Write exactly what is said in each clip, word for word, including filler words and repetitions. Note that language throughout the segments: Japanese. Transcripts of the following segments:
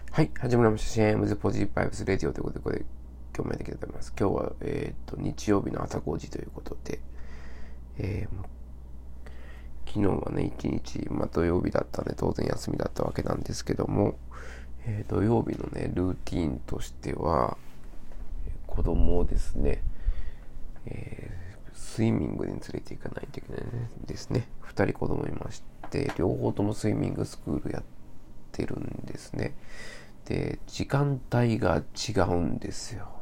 はい、始まりました。シェームズポジティブバイブスレディオということで、これ、今日もやっていきたいと思います。今日は、えっ、ー、と、日曜日の朝ごじということで、えー、昨日はね、一日、まあ、土曜日だったんで、当然休みだったわけなんですけども、えー、土曜日のね、ルーティーンとしては、子供をですね、えー、スイミングに連れて行かないといけないですね。二人子供いまして、両方ともスイミングスクールやってるんですね。で、時間帯が違うんですよ。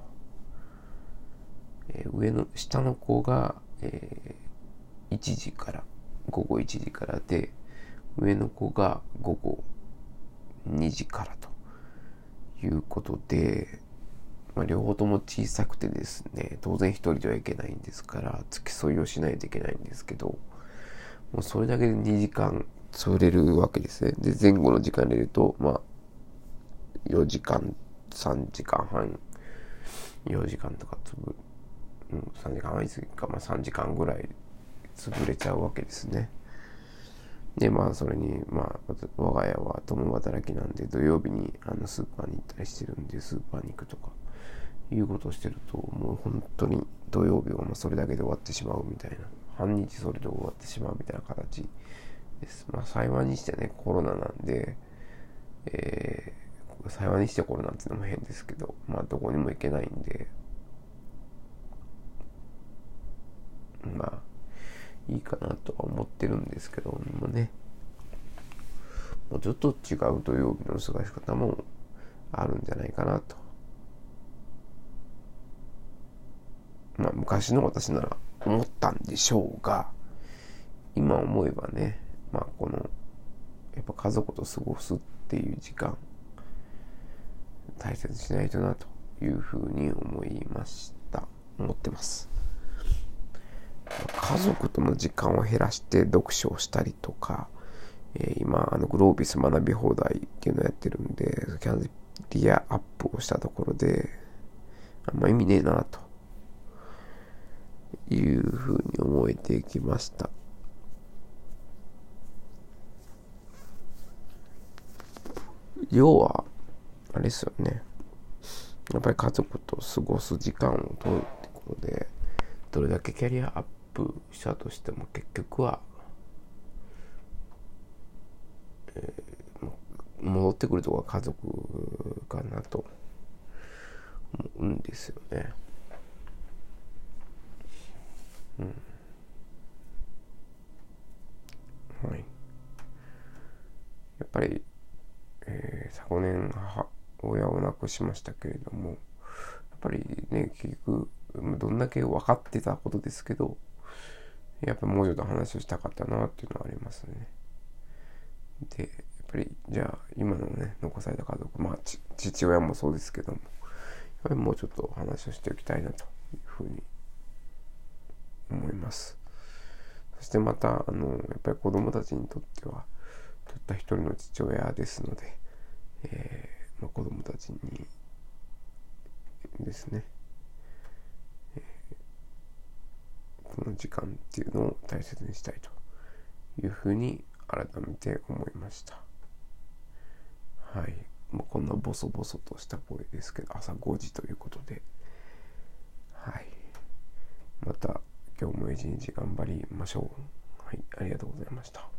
えー、上の、下の子が、えー、いちじから、午後いちじからで、上の子が午後にじからということで、まあ、両方とも小さくてですね、当然一人ではいけないんですから、付き添いをしないといけないんですけど、もうそれだけでにじかん潰れるわけですね。で、前後の時間入れると、まあ、よじかん、さんじかんはん、よじかんとかつぶ、うん、さんじかんはんいつか、まあさんじかんぐらい潰れちゃうわけですね。で、まあそれに、まあ我が家は共働きなんで、土曜日にあのスーパーに行ったりしてるんで、スーパーに行くとか、いうことをしてると、もう本当に土曜日はもうそれだけで終わってしまうみたいな、半日それで終わってしまうみたいな形です。まあ幸いにしてね、コロナなんで、えー、幸いにしてコロナっていうのも変ですけど、まあどこにも行けないんで、まあいいかなとは思ってるんですけどもね、もうちょっと違う土曜日の過ごし方もあるんじゃないかなと。まあ昔の私なら思ったんでしょうが、今思えばね、まあこのやっぱ家族と過ごすっていう時間大切にしないとなというふうに思いました思ってます。家族との時間を減らして読書をしたりとか、えー、今あのグロービス学び放題っていうのをやってるんで、キャンリアアップをしたところであんま意味ねえなというふうに思えてきました。要はあれですよね、やっぱり家族と過ごす時間を取るってことで、どれだけキャリアアップしたとしても結局は、えー、戻ってくるところは家族かなと思うんですよね。うん。はい。やっぱり、えー、昨年母親を亡くしましたけれども、やっぱりね、結局どんだけ分かってたことですけど、やっぱもうちょっと話をしたかったなっていうのはありますね。で、やっぱりじゃあ今のね残された家族、まあ父親もそうですけども、やっぱりもうちょっと話をしておきたいなというふうに思います。そしてまたあのやっぱり子供たちにとってはたった一人の父親ですので、えーまあ、子供たちにですね、えー、この時間っていうのを大切にしたいというふうに改めて思いました。はい、まあ、こんなボソボソとした声ですけど、朝ごじということで、はい、また今日も一日頑張りましょう。はい、ありがとうございました。